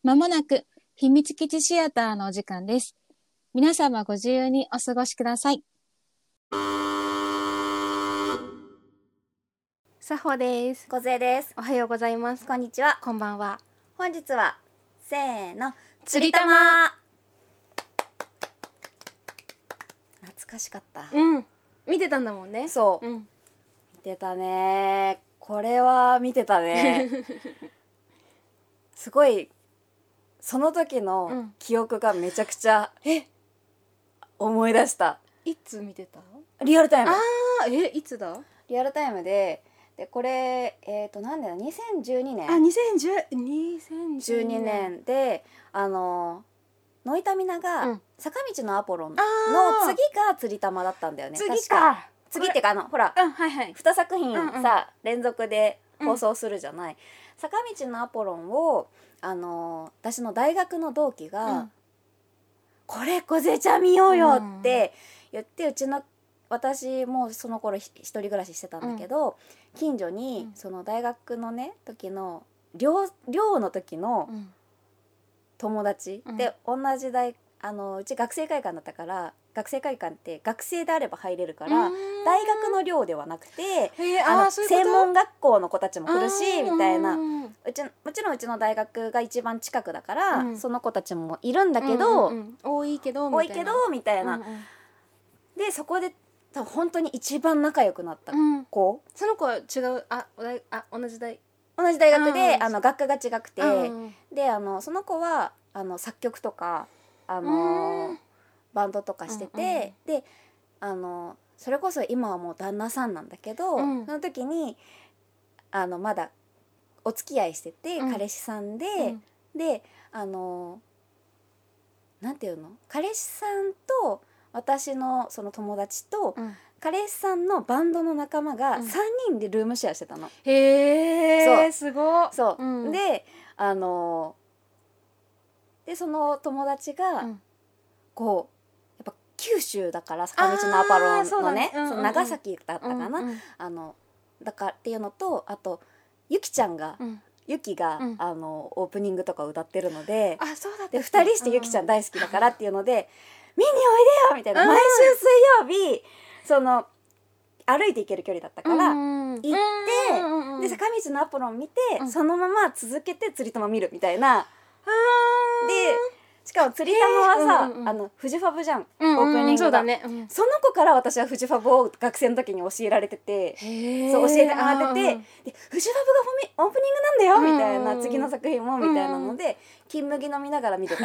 まもなく秘密基地シアターのお時間です。皆様ご自由にお過ごしください。さほです。 小勢です。 おはようございます。 こんにちは。 こんばんは。 本日はせーの、 釣り玉。 懐かしかった。 見てたんだもんね。 そう、見てたね。これは見てたね。すごいその時の記憶がめちゃくちゃ思い出した。 いつ見てた？ リアルタイム。 いつだ？ リアルタイムでこれなんだよ、2012年。 2012 年でノイタミナが坂道のアポロンの次が釣り玉だったんだよね。 次か。 次ってかほら、2作品さ、連続で放送するじゃない。坂道のアポロンを私の大学の同期が、これ小勢ちゃん見ようよって言って、私もその頃一人暮らししてたんだけど、近所にその大学のね時の寮の時の友達で、同じうち学生会館だったから、学生会館って学生であれば入れるから、大学の寮ではなくて専門学校の子たちも来るしみたいな。もちろんうちの大学が一番近くだから、その子たちもいるんだけど、 多いけどみたいな。でそこで本当に一番仲良くなった子、 その子は違う同じ大学で学科が違くて、でその子は作曲とかバンドとかしてて、でそれこそ今はもう旦那さんなんだけど、その時にまだお付き合いしてて、彼氏さんで、でなんていうの、彼氏さんと私のその友達と、彼氏さんのバンドの仲間が3人でルームシェアしてたの。 へえ、すごい。 そう、でその友達が、こうやっぱ九州だから、坂道のアパロンのね、その長崎だったかな、だからっていうのと、あとゆきちゃんが、ゆきが、オープニングとか歌ってるので、で2人してゆきちゃん大好きだからっていうので、見においでよみたいな、毎週水曜日その歩いて行ける距離だったから行って、で坂道のアポロン見て、そのまま続けて釣り玉見るみたいな。でしかも釣り玉はさ、フジファブじゃん、オープニングが。その子から私はフジファブを学生の時に教えられてて、そう教えてもらってて、でフジファブがオープニングなんだよみたいな、次の作品もみたいなので、金麦飲みながら見てた。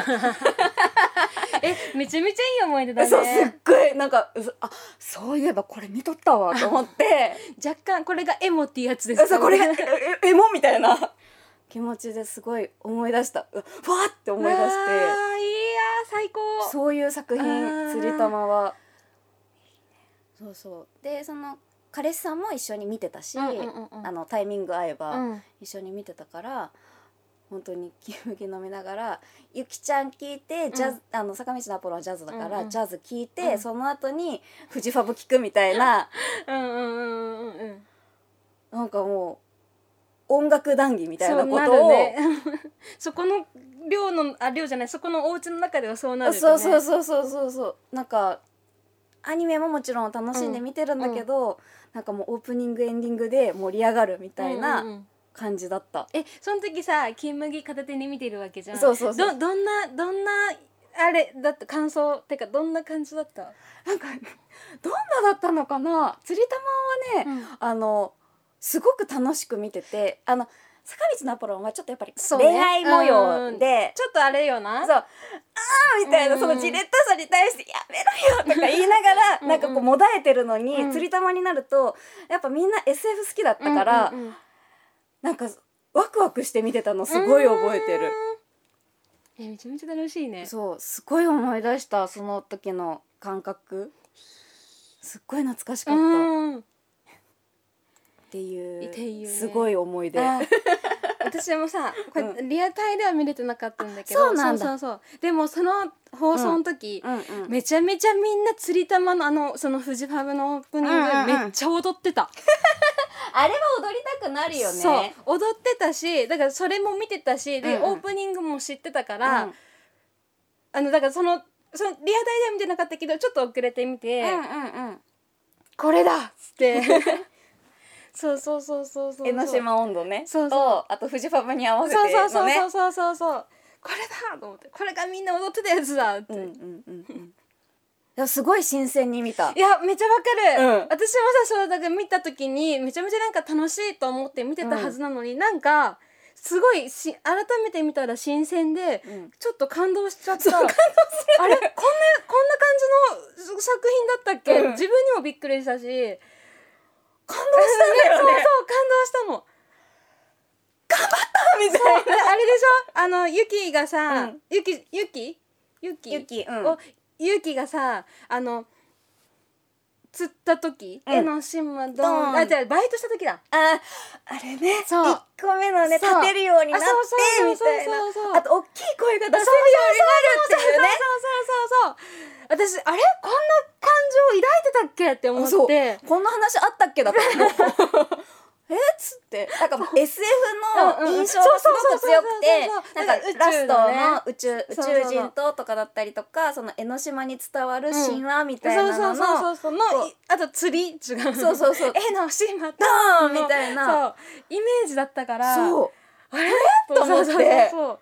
めちゃめちゃいい思い出だね。 そう、すっごいなんか、そういえばこれ見とったわと思って若干これがエモっていうやつですか？ そう、これがエモみたいな気持ちですごい思い出した。ふわって思い出して、 いや最高。 そういう作品、釣り玉は。そうで、その彼氏さんも一緒に見てたし、タイミング合えば一緒に見てたから、本当に金麦飲みながらゆきちゃん聞いて、ジャズ、坂道のアポロはジャズだから、ジャズ聞いて、その後にフジファブ聞くみたいな。なんかもう音楽談義みたいなことを、 そこの寮じゃない、そこのお家の中ではそうなるよね。 そうなんかアニメももちろん楽しんで見てるんだけど、なんかもうオープニングエンディングで盛り上がるみたいな感じだった。 その時さ、金麦片手に見てるわけじゃん。 どんなあれだった、感想ってかどんな感じだった？ なんかどんなだったのかな。釣り玉はね、すごく楽しく見てて、坂道のアポロンはちょっとやっぱり恋愛模様で、 ちょっとあれよな、 そうみたいな、そのじれったさに対してやめろよとか言いながらなんかこうもだえてるのに、釣り玉になるとやっぱみんな SF 好きだったから、なんかワクワクして見てたのすごい覚えてる。 めちゃめちゃ楽しいね。 そう、すごい思い出した、その時の感覚。すっごい懐かしかったっていうすごい思い出。 私もさこれリアタイでは見れてなかったんだけど、 そうなんだ。 そうでもその放送の時、 うんめちゃめちゃみんな釣り玉のそのフジファブのオープニング、めっちゃ踊ってた。 あれは踊りたくなるよね。 そう踊ってたし、だからそれも見てたし、で、オープニングも知ってたから、だからそのリアタイでは見てなかったけどちょっと遅れてみて、これだっつってそう江ノ島温度ね。 そうとあとフジファブに合わせてのね。 そうこれだと思って、これがみんな踊ってたやつだって。 いやすごい新鮮に見た。 いやめちゃわかる、私もさそうだから見た時にめちゃめちゃなんか楽しいと思って見てたはずなのに、なんかすごい改めて見たら新鮮で、ちょっと感動しちゃった。あれこんな感じの作品だったっけ、自分にもびっくりしたし感動したんだよね。 そう感動したの。 頑張ったみたいな。 あれでしょ、ユキがさ、ユキがさ釣った時、江ノ島ドン、じゃあバイトした時だ。 あれね、 そう 1個目のね立てるようになってみたいな、あと大きい声が出せるようになるっていうね。 私あれこんな感情抱いてたっけって思って、 こんな話あったっけだと思う。っつってなんか SF の印象がすごく強くて、なんかラストの宇宙人とかだったりとか、その江ノ島に伝わる神話みたいなのの、 あと釣り違う、江ノ島ドーンみたいなイメージだったから、 そうあれと思って、こんな感動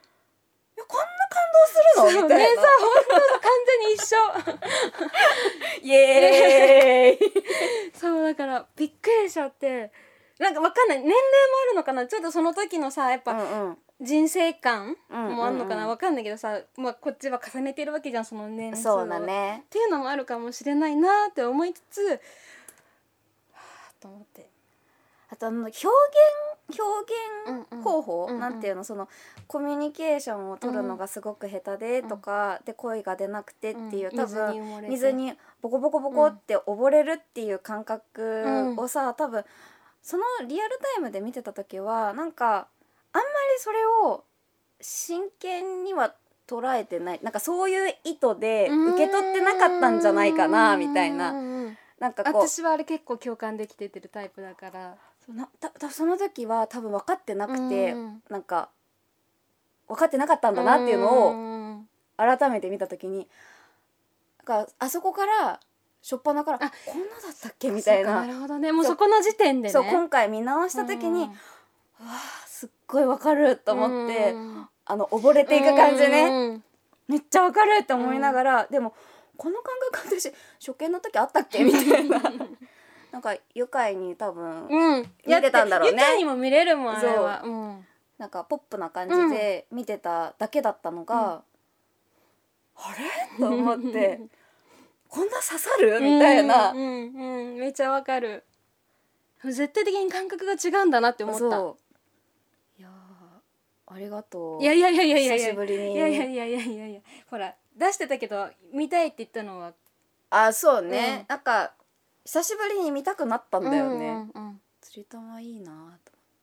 するのみたいな。 本当完全に一緒。 イエーイ。 そうだからびっくりしちゃって、なんかわかんない、年齢もあるのかな、ちょっとその時のさやっぱ、人生観もあるのかな、わかんないけどさ、まあこっちは重ねてるわけじゃん、その年数を。 そうだね。 っていうのもあるかもしれないなって思いつつ、はぁと思って。 あと表現方法、なんていうの、そのコミュニケーションを取るのがすごく下手でとか、で声が出なくてっていう、多分水にボコボコボコって溺れるっていう感覚をさ、多分そのリアルタイムで見てた時はなんかあんまりそれを真剣には捉えてない、なんかそういう意図で受け取ってなかったんじゃないかなみたいな。なんかこう私はあれ結構共感できてるタイプだから、 その時は多分分かってなくて、なんか分かってなかったんだなっていうのを改めて見た時に、なんかあそこから初っ端からこんなだったっけみたいな。 なるほどね、もうそこの時点でね。 そう今回見直した時に、わあすっごい分かると思って、溺れていく感じね、めっちゃ分かるって思いながら、でもこの感覚私初見の時あったっけみたいな。なんか愉快に多分見てたんだろうね。 愉快にも見れるもんあれは。 なんかポップな感じで見てただけだったのが、あれと思ってこんな刺さるみたいな。 めっちゃわかる。絶対的に感覚が違うんだなって思った。 いやありがとう。 いや久しぶりに。 いやほら出してたけど見たいって言ったのはそうね、なんか久しぶりに見たくなったんだよね。釣り玉いいなと思って、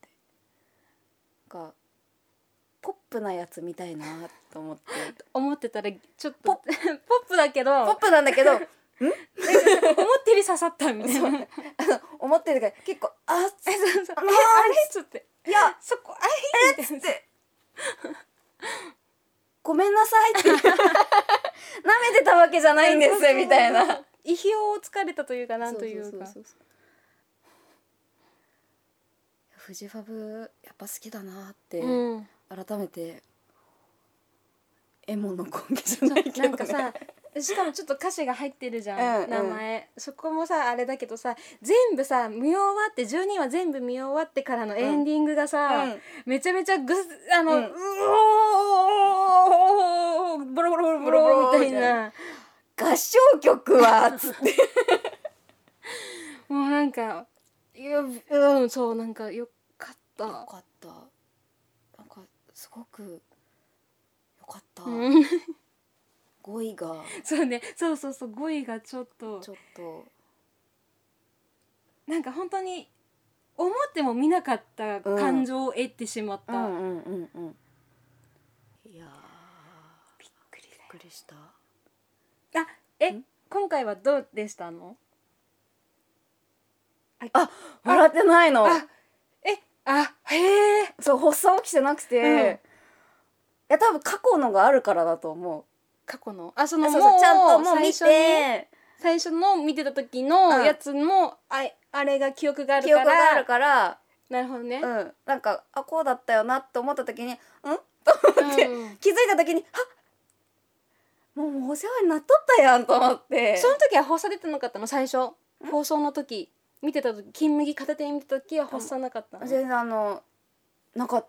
なんかポップなやつ見たいなと思ってたらちょっとポップだけどポップなんだけど思ってり刺さったみたいな。 思ってるから結構あれっつっていやそこっつってごめんなさいって舐めてたわけじゃないんですみたいな。 意表をつかれたというかなんというか。 フジファブやっぱ好きだなって改めて、エモの根拠じゃないけどね。 なんかさしかもちょっと歌詞が入ってるじゃん、名前。そこもさあれだけどさ、全部さ見終わって12話全部見終わってからのエンディングがさ、めちゃめちゃうおーボロボロボロボロみたいな、 合唱曲はつってもうなんかそうなんかよかった。 なんかすごくよかった。語彙がそうね、そう語彙がちょっとなんか本当に思っても見なかった感情を得てしまった、 いやびっくりした。 今回はどうでしたの？ 笑ってないの。 へえ。 そう発作起きてなくて、いや多分過去のがあるからだと思う。 過去のそうちゃんともう見て最初の見てた時のやつも、あれが記憶があるからなるほどね、 なんかこうだったよなって思った時にと思って、気づいた時にもうお世話になっとったやんと思って。 その時は発作出てなかったの？最初放送の時見てた時、金麦片手に見てた時は発作なかったの？ 全然なかった。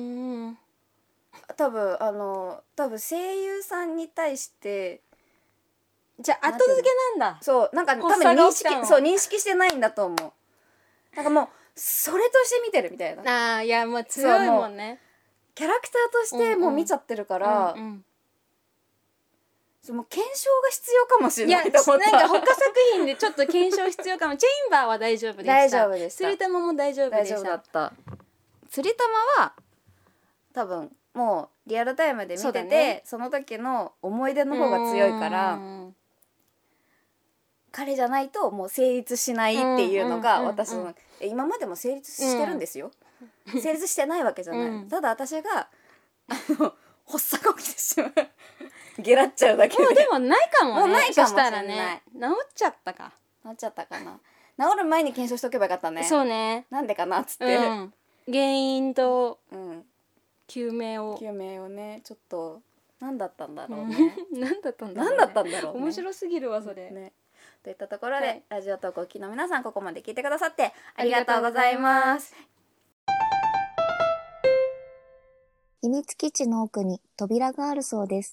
多分声優さんに対してじゃあ後付けなんだ。 そうなんか多分認識してないんだと思う。なんかもうそれとして見てるみたいな。 いやもう強いもんね。 キャラクターとしてもう見ちゃってるから、もう検証が必要かもしれないと思った。 なんか他作品でちょっと検証必要かも。チェインバーは大丈夫でした。 大丈夫でした。 釣り玉も大丈夫でした。 大丈夫だった。釣り玉は多分もうリアルタイムで見てて その時の思い出の方が強いから彼じゃないともう成立しないっていうのが私の今までも成立してるんですよ。成立してないわけじゃない。ただ私が発作が起きてしまうゲラっちゃうだけで。 もうでもないかもね。 もうないかもしれない。 そしたらね治っちゃったか。 治っちゃったかな。治る前に検証しとけばよかったね。 そうね。 なんでかなっつって、 原因と究明をねちょっと何だったんだろうね。 何だったんだろうね。面白すぎるわそれ。 ね。といったところで、ラジオトークをお聞きの皆さんここまで聞いてくださってありがとうございます。 秘密基地の奥に扉があるそうです。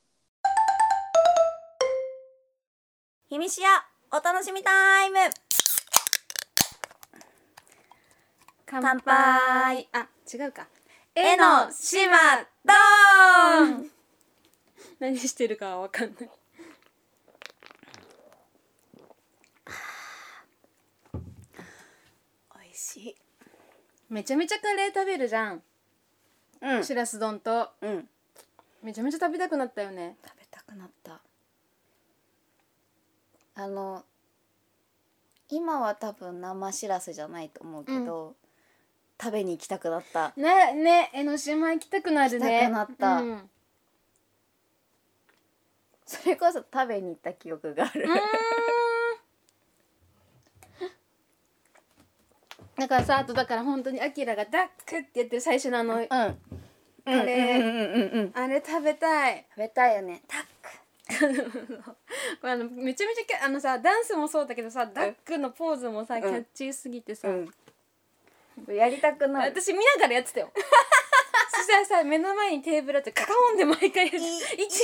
秘密やお楽しみタイム。乾杯。 違うか。 江ノ島ドーン。 何してるかはわかんない。 美味しい。 めちゃめちゃカレー食べるじゃん。しらす丼と。めちゃめちゃ食べたくなったよね。 食べたくなった。今は多分生しらすじゃないと思うけど、食べに行きたくなった。 ね江ノ島行きたくなるね。 行きたくなった。それこそ食べに行った記憶がある。 だからさ、あとだから本当にアキラがダックってやってる最初のカレー、あれ食べたい。 食べたいよね。ダック。 これめちゃめちゃさダンスもそうだけどさ、ダックのポーズもさキャッチーすぎてさ、 やりたくなる。 私見ながらやってたよ。そしたらさ目の前にテーブルあってカカオンで毎回やってオ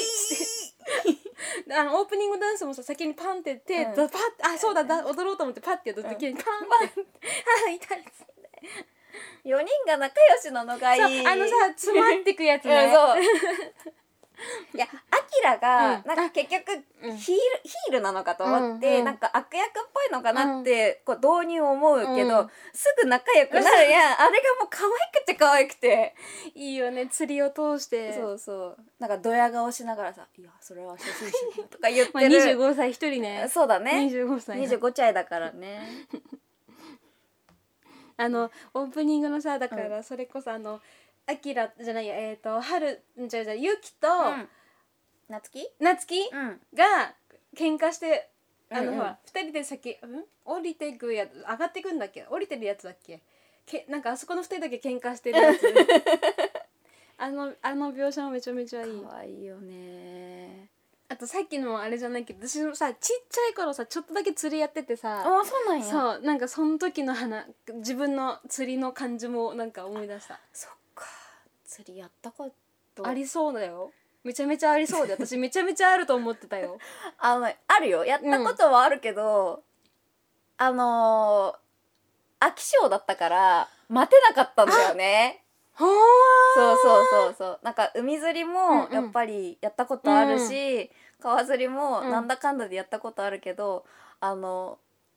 ープニングダンスもさ先にパンって手パッそうだ踊ろうと思ってパッてやった時にパンって痛いっつって 4人が仲良しなのがいい。 さ詰まってくやつね。 いやアキラがなんか結局ヒールなのかと思ってなんか悪役っぽいのかなってこう導入思うけどすぐ仲良くなるやん。あれがもう可愛くて可愛くていいよね。釣りを通してそうなんかドヤ顔しながらさ「いやそれは初心者」とか言ってる。 25歳一人ね。 そうだね。 25歳 25歳だからね。 オープニングのさだからそれこそアキラじゃないや春じゃユキと夏希が喧嘩してほら2人で先降りてくやつ上がってくんだっけ、降りてるやつだっけ、なんかあそこの2人だけ喧嘩してるやつあの描写もめちゃめちゃいい。 可愛いよね。 あとさっきのあれじゃないけど私もさちっちゃい頃さちょっとだけ釣りやっててさ。 そうなんや。 そうなんかその時の自分の釣りの感じもなんか思い出した。 そっか釣りやったことありそうだよ。めちゃめちゃありそうで私めちゃめちゃあると思ってたよ。 あるよ。やったことはあるけど、飽き性だったから待てなかったんだよね。そうなんか海釣りもやっぱりやったことあるし、川釣りもなんだかんだでやったことあるけど、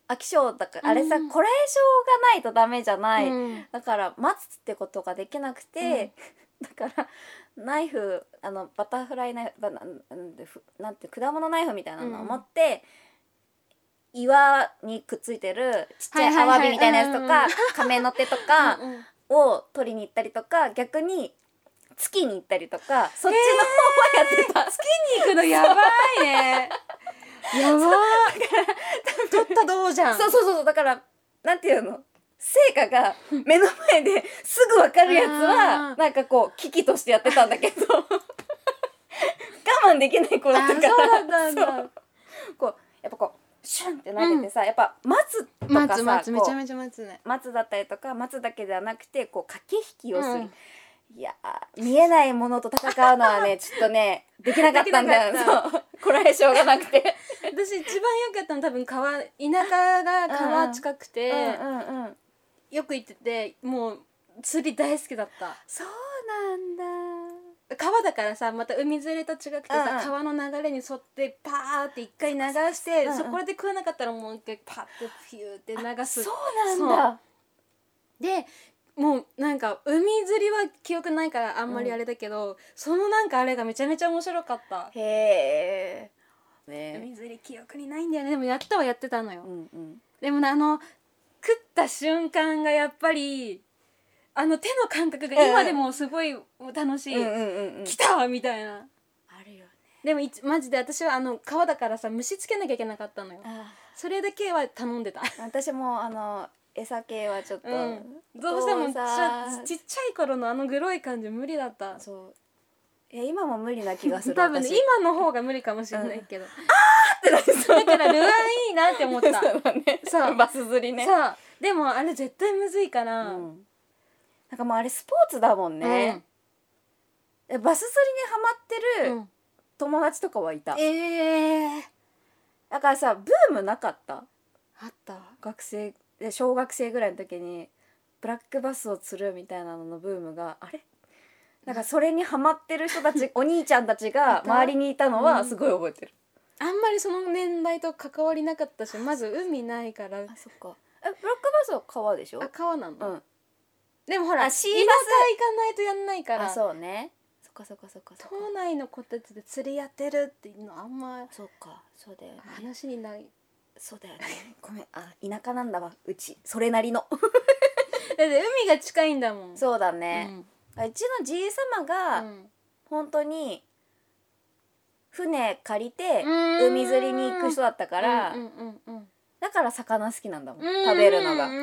飽き性だから、あれさこらえ性がないとダメじゃない、だから待つってことができなくて、だからナイフバタフライナイフなんて果物ナイフみたいなのを持って、岩にくっついてるちっちゃいアワビみたいなやつとか、カメノテとかを取りに行ったりとか、逆に月に行ったりとか、そっちの方はやってた。 月に行くのやばいね。やばー。取ったどうじゃん。 そうだからなんていうの、成果が目の前ですぐ分かるやつはなんかこう危機としてやってたんだけど我慢できない子だったから、 そうなんだ。 こうやっぱこうシュンって投げてさ、やっぱ待つとかさ、 待つめちゃめちゃ待つね。 待つだったりとか、待つだけではなくてこう駆け引きをする、いや見えないものと戦うのはねちょっとねできなかったんだよ。そうこらえ性がなくて私一番よくやったの多分田舎が川近くて、よく行ってて、もう釣り大好きだった。 そうなんだ。 川だからさ、また海釣りと違くてさ、川の流れに沿ってパーって一回流して、そこで食わなかったらもう一回パッてピューって流す。 そうなんだ。 でもうなんか海釣りは記憶ないからあんまりあれだけど、そのなんかあれがめちゃめちゃ面白かった。 へえ、ね、 海釣り記憶にないんだよね。でもやってたのよ、でも食った瞬間がやっぱり手の感覚が今でもすごい楽しい、来たみたいなあるよね。 でもマジで私は川だからさ、虫つけなきゃいけなかったのよ。それだけは頼んでた。 私も餌系はちょっと、 どうしてもちっちゃい頃のグロい感じ無理だった。 そういや今も無理な気がする。 多分ね今の方が無理かもしれないけど、ってなってだからルアンいいなって思った。 そうバス釣りね。 そうでもあれ絶対むずいから、 なんかもうあれスポーツだもんね、バス釣りにハマってる友達とかはいた。だからさブームなかった？ あった。 小学生ぐらいの時にブラックバスを釣るみたいなののブームがあれなんかそれにハマってる人たちお兄ちゃんたちが周りにいたのはすごい覚えてる。 あんまりその年代と関わりなかったし、まず海ないから。 あ、そっか。ブラックバスは川でしょ？ あ、川なの。でもほら田舎行かないとやんないから。 そうね。そっか。 島内の子たちで釣りやってるっていうのあんま。 そうか、そうだよね。 話にない。 そうだよね。ごめん、田舎なんだわ、うちそれなりの。だって海が近いんだもん。 そうだね。うちのじいさまが本当に船借りて海釣りに行く人だったから、だから魚好きなんだもん、食べるのが。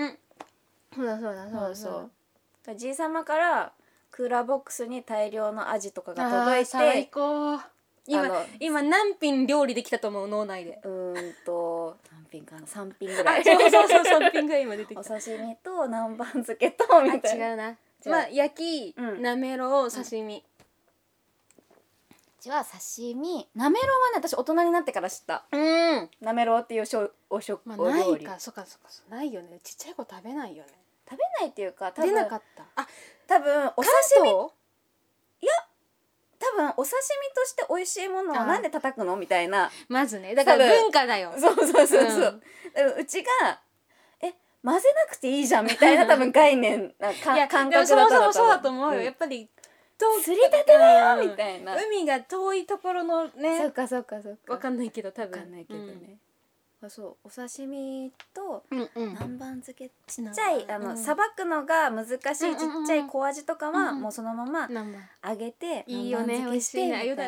そうじいさまからクーラーボックスに大量のアジとかが届いて、 最高。今何品料理できたと思う？脳内で何品かな、3品ぐらい。 そう3品ぐらい今出てきた。 お刺身と南蛮漬けとみたいな。 違うな。まあ焼き、なめろう、刺身。 うちは刺身。なめろうはね、私大人になってから知った。なめろうっていうお料理。 ないか、そっかないよね。ちっちゃい子食べないよね。 食べないっていうか、 出なかった。 多分お刺身。いや多分お刺身として美味しいものをなんで叩くのみたいな。 まずね、だから文化だよ。 そううちが混ぜなくていいじゃんみたいな多分概念感覚だったら。 そうだと思うよ。やっぱり釣りたてだよみたいな。 海が遠いところのね。 そうか。 わかんないけど多分。 わかんないけどね。そうお刺身と南蛮漬け、ちっちゃいさばくのが難しいちっちゃい小アジとかはもうそのまま揚げて南蛮漬けしてみたいな。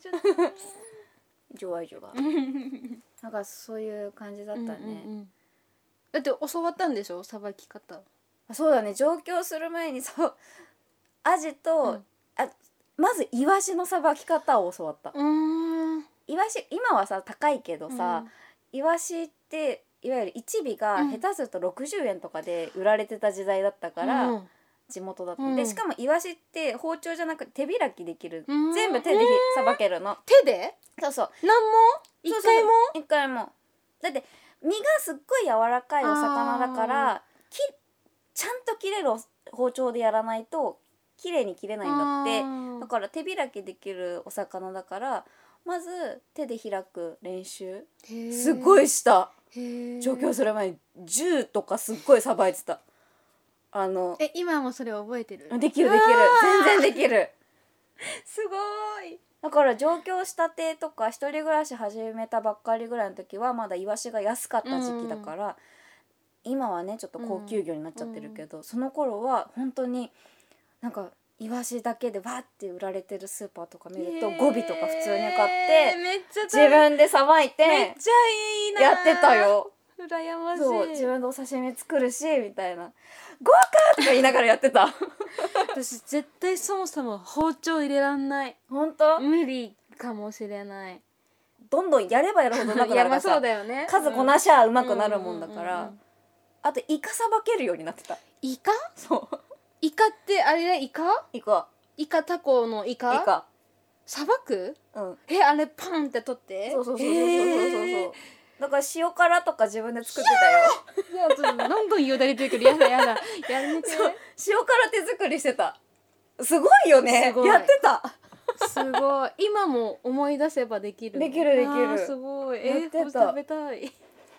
ジョワジョワ。なんかそういう感じだったね。 だって教わったんでしょ、さばき方。 そうだね、上京する前にそうアジとまずイワシのさばき方を教わった。イワシ今はさ高いけどさ、イワシっていわゆる1尾が下手すると60円とかで売られてた時代だったから、地元だった、でしかもイワシって包丁じゃなくて手開きできる、全部手でさばけるの。 手で？ そう何も？一回もだって身がすっごい柔らかいお魚だからちゃんと切れる包丁でやらないと綺麗に切れないんだって。だから手開きできるお魚だからまず手で開く練習すごいした。 上京する前に銃とかすっごいさばいてた。 今もそれ覚えてる？ できる全然できる。 すごい。 だから上京したてとか一人暮らし始めたばっかりぐらいの時はまだイワシが安かった時期だから、今はねちょっと高級魚になっちゃってるけど、その頃は本当になんかイワシだけでわって売られてるスーパーとか見ると5尾とか普通に買ってめっちゃ自分でさばいてめっちゃいいな。 やってたよ。 羨ましい。 そう自分でお刺身作るしみたいな、豪華とか言いながらやってた。 私絶対そもそも包丁入れらんない。 本当？ 無理かもしれない。 どんどんやればやるほどうまくなるからさ、 そうだよね、 数こなしゃうまくなるもんだから、あとイカさばけるようになってた。 イカ？ そうイカってあれね、イカタコのイカさばく？あれパンって取って？ そうだから塩辛とか自分で作ってたよ。 どんどんよだれてるけどやだやめて。 塩辛手作りしてた。すごいよね。やってた。 すごい。今も思い出せばできる。 できる。 すごい。 やってた。 食べたい。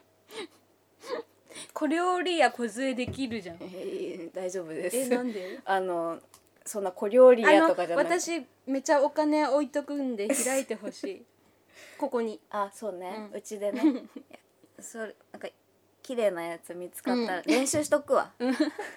小料理や小杖できるじゃん。 大丈夫です。 なんで？ そんな小料理屋とかじゃない。 私めっちゃお金置いとくんで開いてほしい。ここに。 そうね。うちでね。それなんか綺麗なやつ見つかったら練習しとくわ。塩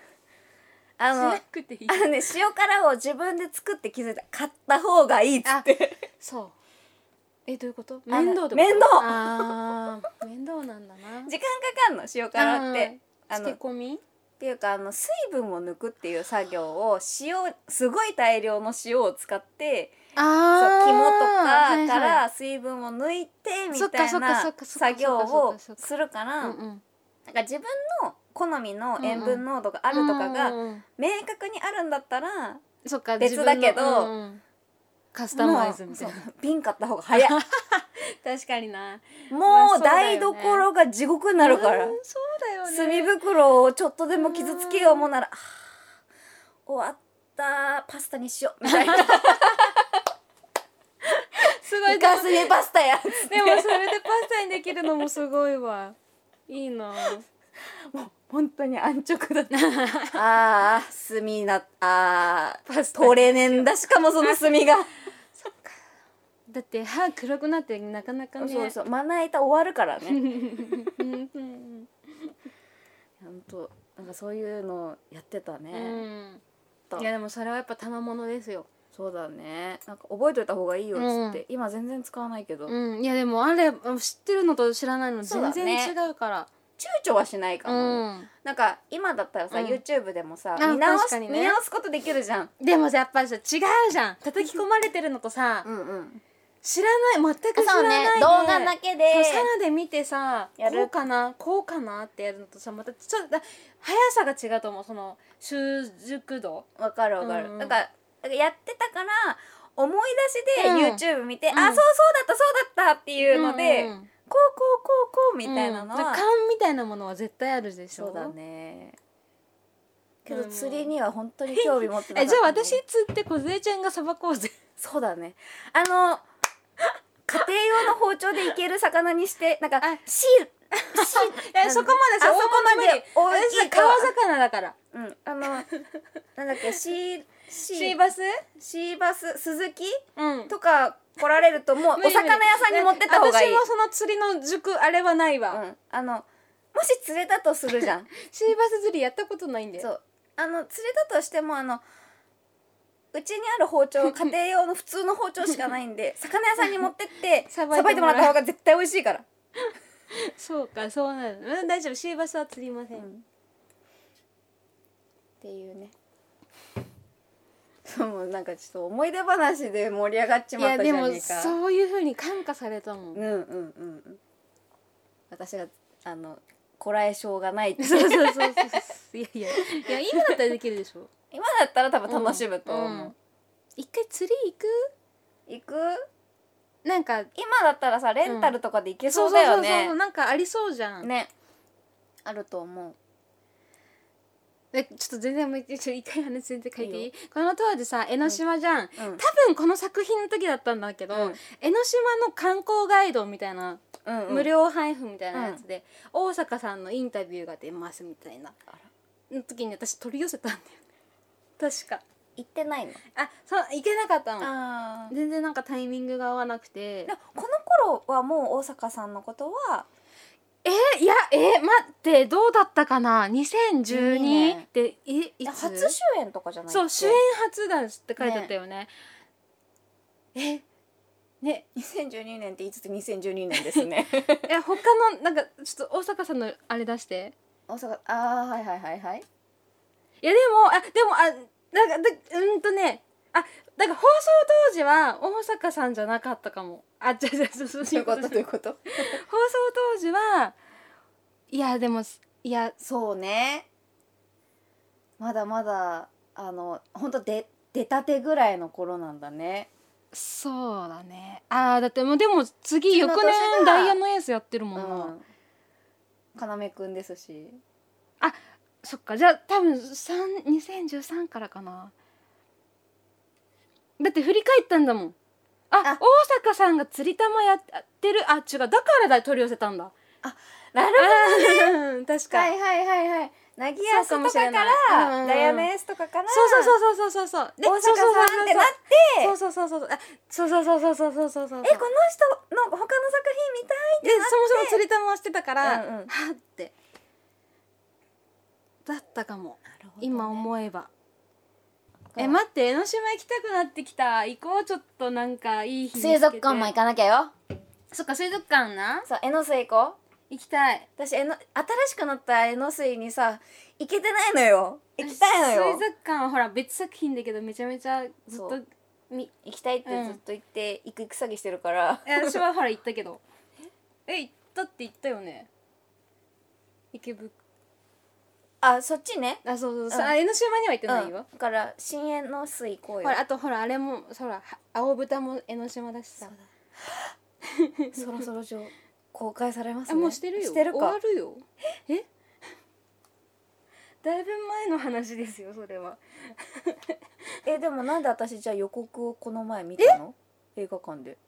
辛を自分で作って気づいた。買った方がいいっつって。 そう。どういうこと？面倒ってこと？ 面倒。 面倒なんだな。 時間かかんの塩辛って。 漬け込み？ っていうか水分を抜くっていう作業をすごい大量の塩を使って肝とかから水分を抜いてみたいな作業をするから、なんか自分の好みの塩分濃度があるとかが明確にあるんだったら別だけど、 カスタマイズみたいな。 瓶買った方が早い。 確かにな。 もう台所が地獄になるから。 そうだよね。 墨袋をちょっとでも傷つけようもんなら、終わったパスタにしようみたいな。すごいガスにパスタや。 でもそれでパスタにできるのもすごいわ。いいな。 もう本当に安直だった。炭取れねえんだ。しかもその炭が。 そっか。だって歯黒くなってなかなかね。 そうまな板終わるからね。本当なんかそういうのやってたね。 いやでもそれはやっぱ賜物ですよ。 そうだね。なんか覚えといた方がいいよっつって、今全然使わないけど。 いやでもあれ知ってるのと知らないの全然違うから。 躊躇はしないかも。なんか今だったらさ YouTube でもさ見直すことできるじゃん。 でもやっぱりさ違うじゃん。叩き込まれてるのとさ。知らない、全く知らないで、 動画だけでサラで見てさこうかなってやるのとさまたちょっと速さが違うと思う。その習熟度。 わかる。なんかやってたから思い出しで YouTube 見て、そうだったっていうので、こうみたいなのは勘みたいなものは絶対あるでしょ。 そうだね。けど釣りには本当に興味持ってなかった。 じゃあ私釣って小杖ちゃんがさばこうぜ。 そうだね。家庭用の包丁でいける魚にしてなんかそこまで私川魚だから。 なんだっけシーバススズキとか来られるともうお魚屋さんに持ってった方がいい。 私もその釣りの塾あれはないわ。 もし釣れたとするじゃん。 シーバス釣りやったことないんで。 そう釣れたとしてもうちにある包丁は家庭用の普通の包丁しかないんで魚屋さんに持ってってさばいてもらった方が絶対美味しいから。 そうか、そうなる。大丈夫、シーバスは釣りません。 っていうね。もうなんかちょっと思い出話で盛り上がっちまったじゃねえか。 いやでもそういう風に感化されたもん。 私がこらえ性がないって。 そういや今だったらできるでしょ。 今だったら多分楽しむと思う。 一回釣り行く？ なんか今だったらさレンタルとかで行けそうだよね。 なんかありそうじゃん。 ね。あると思う。 ちょっと全然一回話全然書いていい？この当時さ江ノ島じゃん。多分この作品の時だったんだけど、江ノ島の観光ガイドみたいな無料配布みたいなやつで、大阪さんのインタビューが出ますみたいなの時に私取り寄せたんだよね確か。 行ってないの？ そう行けなかったの。全然なんかタイミングが合わなくて。 この頃はもう大阪さんのことはいや待ってどうだったかな。2012っていつ？ 初主演とかじゃないっけ？ そう主演初だって書いてあったよね。ね、 2012年って言いつつ2012年ですね他のなんかちょっと大阪さんのあれ出して。 大阪はいはいはいはい。 いやでもなんかだから放送当時は大阪さんじゃなかったかも。そういうことどういうこと？ 放送当時はいやそうね、まだまだほんと出たてぐらいの頃なんだね。 そうだね。だってもうでも次翌年ダイヤのエースやってるもんな。 要くんですし。 そっか、じゃあ多分2013からかな。だって振り返ったんだもん。大阪さんが釣り玉やってる。違う、だから取り寄せたんだ。 なるほどね確かに。はいなぎやすとかからダイヤのエースとかからそう大阪さんってなって、 そうこの人の他の作品見たいってなって、そもそも釣り玉をしてたから、はってだったかも、今思えば。待って、江ノ島行きたくなってきた。行こう、ちょっとなんかいい日につけて。 水族館も行かなきゃよ。 そっか、水族館な。 そう、江ノ水行こう。 行きたい。 私新しくなった江ノ水にさ行けてないのよ。行きたいのよ。 水族館はほら別作品だけどめちゃめちゃずっと行きたいってずっと言って、行く詐欺してるから。 私はほら行ったけど行ったって言ったよね、池袋。 そっちね。 そう江ノ島には行ってないよ。 だから新江ノ水行こうよ。 ほらあとほらあれもほら青豚も江ノ島だしさ。 そろそろ公開されますね。 もうしてるよ。 してるか。 終わるよ。だいぶ前の話ですよそれは。 でもなんで私じゃあ予告をこの前見たの？映画館で。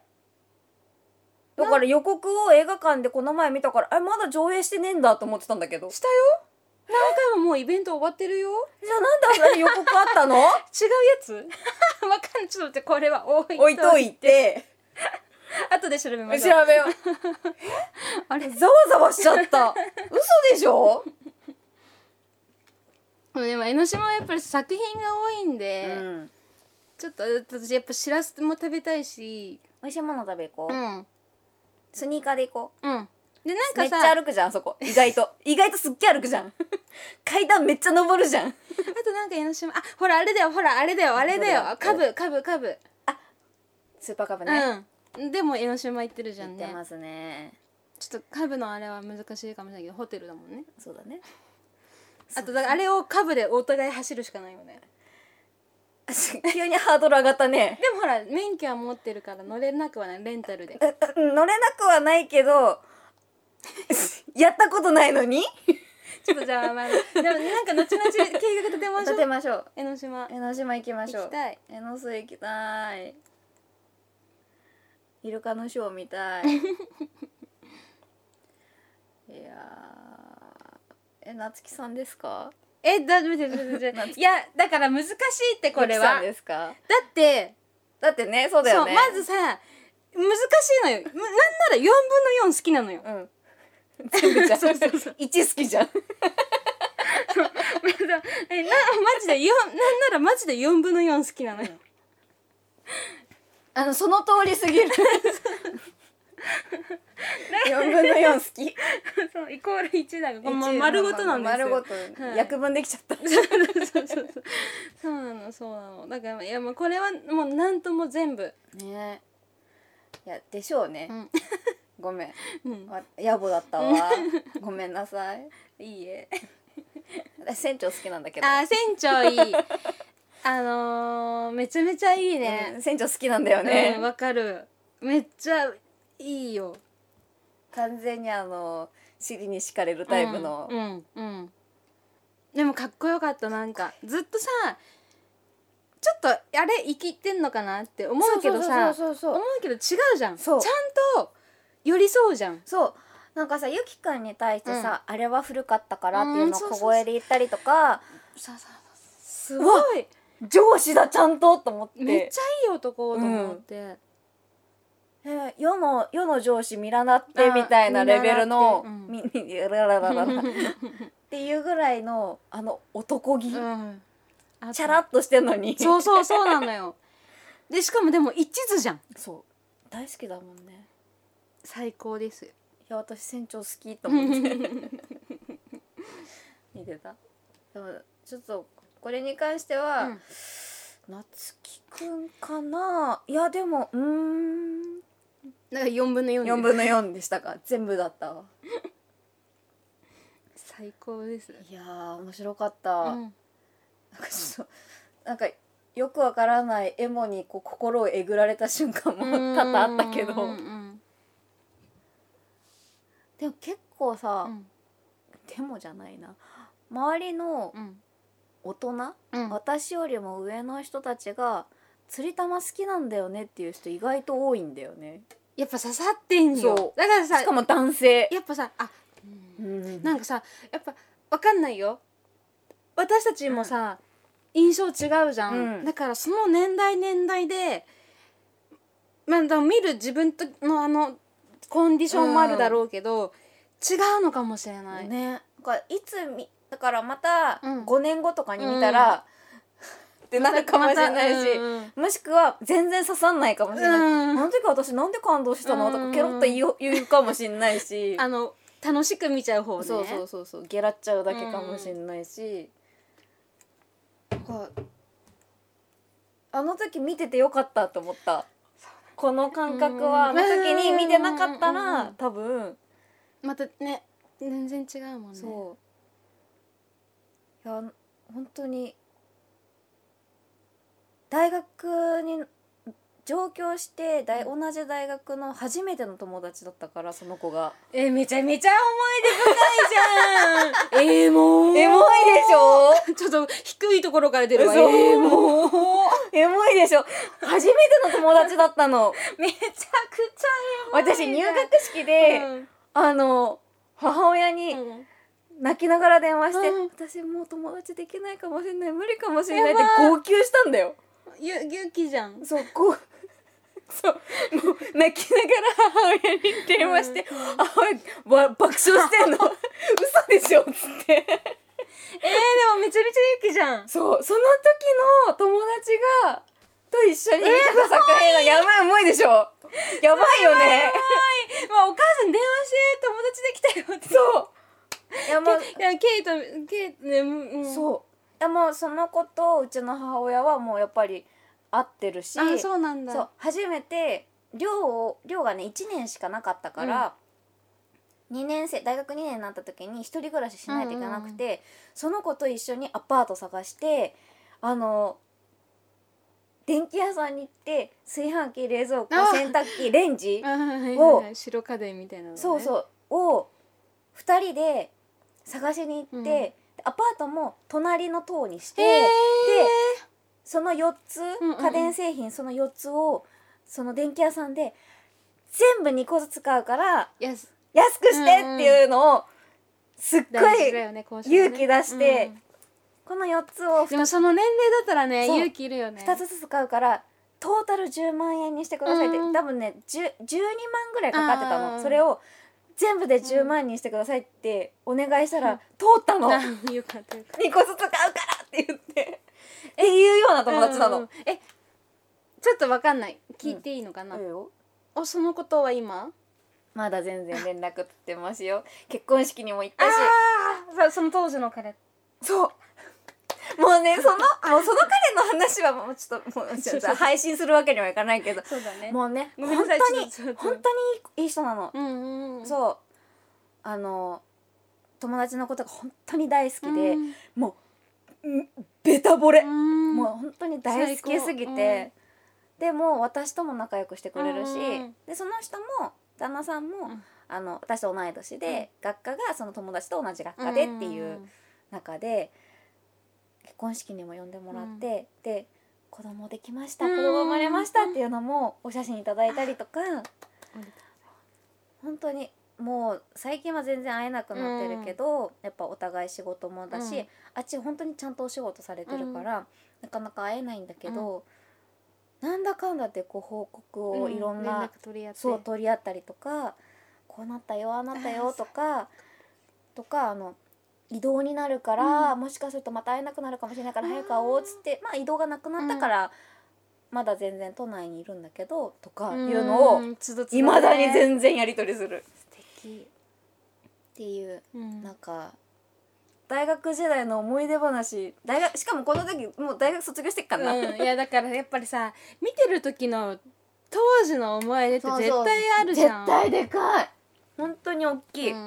だから予告を映画館でこの前見たからまだ上映してねえんだと思ってたんだけど。 したよ。何回ももうイベント終わってるよ。 じゃあなんであんなに予告あったの？違うやつ？わかんない。ちょっと待って、これは置いといて。 後で調べましょう。 調べよう。あれざわざわしちゃった。嘘でしょ？ でも江ノ島はやっぱり作品が多いんで、ちょっと私やっぱしらすも食べたいし、 美味しいもの食べ行こう。スニーカーで行こう。 でなんかさ、 めっちゃ歩くじゃんあそこ。意外とすっげえ歩くじゃん。階段めっちゃ登るじゃん。あとなんか江ノ島、ほらあれだよカブスーパーカブね。 でも江ノ島行ってるじゃんね。 行ってますね。 ちょっとカブのあれは難しいかもしれないけどホテルだもんね。 そうだね。 あとだからあれをカブでお互い走るしかないよね。 急にハードル上がったね。 でもほら免許は持ってるから乗れなくはない。レンタルで乗れなくはないけどやったことないのにちょっとじゃあでもなんか後々計画立てましょう。江ノ島行きましょう。 行きたい。 江ノ水行きたい。イルカのショー見たい。いや夏希さんですか？ いやだから難しいってこれは。 ですか？ だってね、そうだよね。 まずさ難しいのよ。なんなら4分の4好きなのよ。 全部じゃん。1好きじゃん。 なんならマジで4分の4好きなのよ。 その通りすぎる。4分の4好き。 そうイコール1だが丸ごとなんですよ。 丸ごと約分できちゃった。 そうなの。だからいやもうこれはもうなんとも全部ね。いやでしょうね。ごめん。野暮だったわ。ごめんなさい。 いいえ。 私船長好きなんだけど。 船長いい。めちゃめちゃいいね。 船長好きなんだよね。 わかる。めっちゃいいよ。 完全に尻に敷かれるタイプの。 でもかっこよかった。なんかずっとさちょっとあれ生きてんのかなって思うけどさ、思うけど違うじゃん。ちゃんと寄り添うじゃん。 そうなんかさゆきくんに対してさ、あれは古かったからっていうのを小声で言ったりとか、 すごい上司だちゃんとと思って、 めっちゃいい男と思って、 世の上司見習ってみたいなレベルのっていうぐらいの男気、チャラッとしてんのにそうなのよ。でしかもでも一途じゃん。 そう大好きだもんね。 最高ですよ。 いや私船長好きと思って見てた。でもちょっとこれに関しては、夏希くんかな。いやでもなんか4分の4 4分の4でしたか。全部だったわ最高です。 いやー面白かった、なんかちょっとなんかよくわからないエモにこう心をえぐられた瞬間も多々あったけど、でも結構さ、でもじゃないな、周りの大人、私よりも上の人たちが釣り玉好きなんだよねっていう人意外と多いんだよね。 やっぱ刺さってんよ。だからさ、 しかも男性やっぱさなんかさやっぱわかんないよ、私たちもさ、印象違うじゃん、だからその年代でまあだ見る自分とのコンディションもあるだろうけど、違うのかもしれないね。だからまた5年後とかに見たら、ってなるかもしれないし、もしくは全然刺さんないかもしれない、あの時私なんで感動したのとかケロッと言うかもしれないし楽しく見ちゃう方ね。 そうゲラっちゃうだけかもしれないし、あの時見ててよかったと思った。この感覚はあの時に見てなかったら多分またね全然違うもんね。 いや本当に大学に上京して同じ大学の初めての友達だったから、その子がめちゃめちゃ思い出深いじゃんもうエモいでしょちょっと低いところから出るわ。 もうエモいでしょ。初めての友達だったのめちゃくちゃエモい。 私入学式で、母親に泣きながら電話して、私もう友達できないかもしれない、無理かもしれないって号泣したんだよ。 勇気じゃん。 そうもう泣きながら母親に電話して、母親爆笑してんの嘘でしょっつってでもめちゃめちゃ勇気じゃん。 その時の友達がと一緒に見てた作品やばい重いでしょ。やばいよねまあお母さん電話して友達できたよって。 そういやもうケイトね、 そういやもうその子とうちの母親はもうやっぱり会ってるし、 そうなんだ。 そう初めて寮がね1年しかなかったから、大学2年になった時に一人暮らししないといけなくて、その子と一緒にアパート探して電気屋さんに行って炊飯器、冷蔵庫、洗濯機、レンジを白家電みたいなのね、 を2人で探しに行って、アパートも隣の棟にして、でその4つ家電製品その4つをその電気屋さんで全部2個ずつ買うから安くしてっていうのをすっごい勇気出して、この4つをでもその年齢だったらね勇気いるよね。 2つずつ買うからトータル10万円にしてくださいって、多分ね12万ぐらいかかってたの。それを全部で10万にしてくださいってお願いしたら通ったの。 よかったよかった。 2個ずつ買うからって言ってっていうような友達なの。 ちょっとわかんない、聞いていいのかな、そのことは今まだ全然連絡取ってますよ。結婚式にも行ったし。 その当時の彼。 そうもうねその彼の話はもうちょっと配信するわけにはいかないけど、 そうだね、 もうねごめんなさい、 本当にいい人なの。そう友達のことが本当に大好きで、もうベタ惚れ、もう本当に大好きすぎて、でも私とも仲良くしてくれるし、でその人も旦那さんも、私と同い年で、学科がその友達と同じ学科でっていう中で、結婚式にも呼んでもらって、で子供できました、子供生まれましたっていうのもお写真いただいたりとか、 本当にもう最近は全然会えなくなってるけど、やっぱお互い仕事もだし、あっち本当にちゃんとお仕事されてるから、なかなか会えないんだけど、なんだかんだってこう報告をいろんな、 連絡取り合ってそう取り合ったりとか、こうなったよああなったよとか移動になるから、もしかするとまた会えなくなるかもしれないから早く会おうっつって、移動がなくなったから、まだ全然都内にいるんだけどとかいうのをいまだに全然やり取りする。 素敵っていう、なんか大学時代の思い出話、しかもこの時もう大学卒業してっからな、 いやだからやっぱりさ、見てる時の当時の思い出って絶対あるじゃん。 絶対でかい、本当に大きい、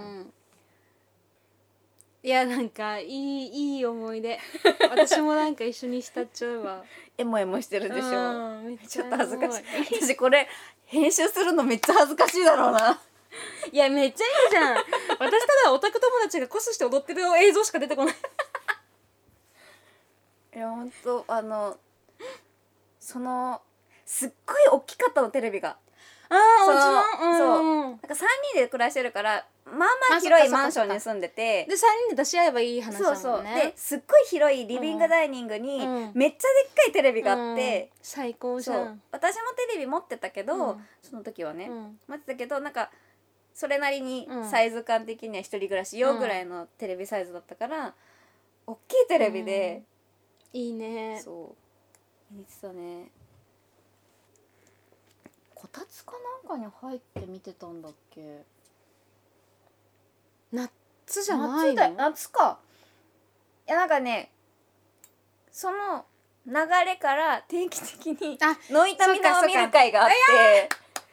いやなんかいい思い出私もなんか一緒に浸っちゃうわエモエモしてるでしょ、 めっちょっと恥ずかしい私これ編集するのめっちゃ恥ずかしいだろうな。 いやめっちゃいいじゃん私ただオタク友達がコスして踊ってる映像しか出てこないいやほんとそのすっごい大きかったのテレビが。 ああそうなんか3人で暮らしてるからまあ広いマンションに住んでて、 で3人で出し合えばいい話だもんね。 そうですっごい広いリビングダイニングにめっちゃでっかいテレビがあって、 最高じゃん。 私もテレビ持ってたけど、その時はね、持ってたけどなんかそれなりにサイズ感的には一人暮らし用ぐらいのテレビサイズだったから、大きいテレビで、 いいね。 そう見てたね。こたつかなんかに入って見てたんだっけ。 夏じゃないの？ 夏か。いやなんかね、その流れから定期的にノイタミナを見る会があって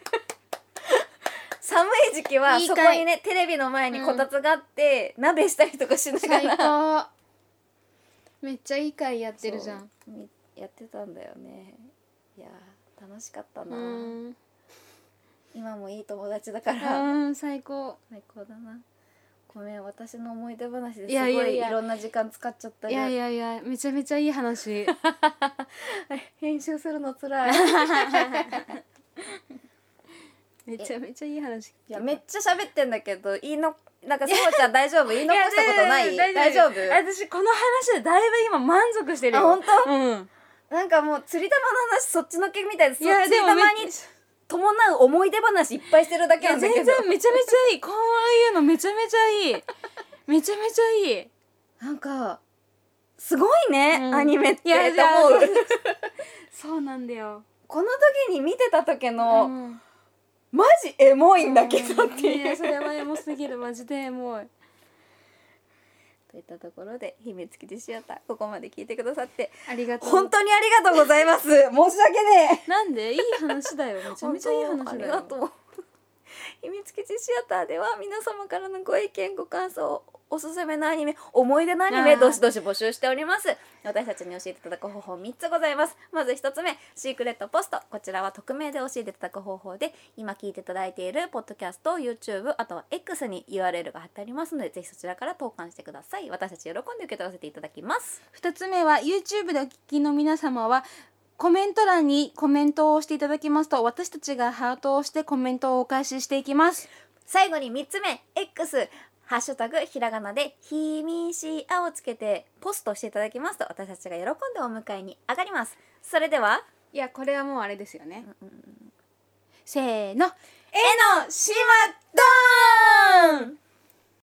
寒い時期はそこにねテレビの前にこたつがあって、鍋したりとかしながら最高。めっちゃいい会やってるじゃん。 やってたんだよね。いや楽しかったな。今もいい友達だから。 最高だな。ごめん私の思い出話ですごいいろんな時間使っちゃった。 いやめちゃめちゃいい話編集するのつらいめちゃめちゃいい話。 いやめっちゃ喋ってんだけどなんかそうちゃん大丈夫？言い残したことない？大丈夫？ 私この話でだいぶ今満足してるよ。 あ本当？なんかもう釣り玉の話そっちのけみたいです。釣り玉に伴う思い出話いっぱいしてるだけなんだけど。 全然めちゃめちゃいい。こういうのめちゃめちゃいい。めちゃめちゃいい。 なんかすごいね、アニメって思う。 そうなんだよ。 この時に見てた時の、マジエモいんだけどっていう、 それはエモすぎる。マジでエモい。 といったところで秘密基地シアターここまで聞いてくださってありがとう。 本当にありがとうございます。申し訳ねえ。なんでいい話だよ。めちゃめちゃいい話だよ。 ありがとう。秘密基地シアターでは皆様からのご意見ご感想、おすすめのアニメ、思い出のアニメどしどし募集しております。私たちに教えていただく方法3つございます。まず1つ目、シークレットポスト。こちらは匿名で教えていただく方法で、今聞いていただいているポッドキャスト、YouTube、あとは X に URL が貼ってありますので、ぜひそちらから投函してください。私たち喜んで受け取らせていただきます。 2つ目は YouTube でお聞きの皆様はコメント欄にコメントを押していただきますと、私たちがハートを押してコメントをお返ししていきます。 最後に3つ目、Xハッシュタグひらがなでひみしあをつけてポストしていただきますと、私たちが喜んでお迎えに上がります。それでは、 いやこれはもうあれですよね、せーの、 絵の島ドーン。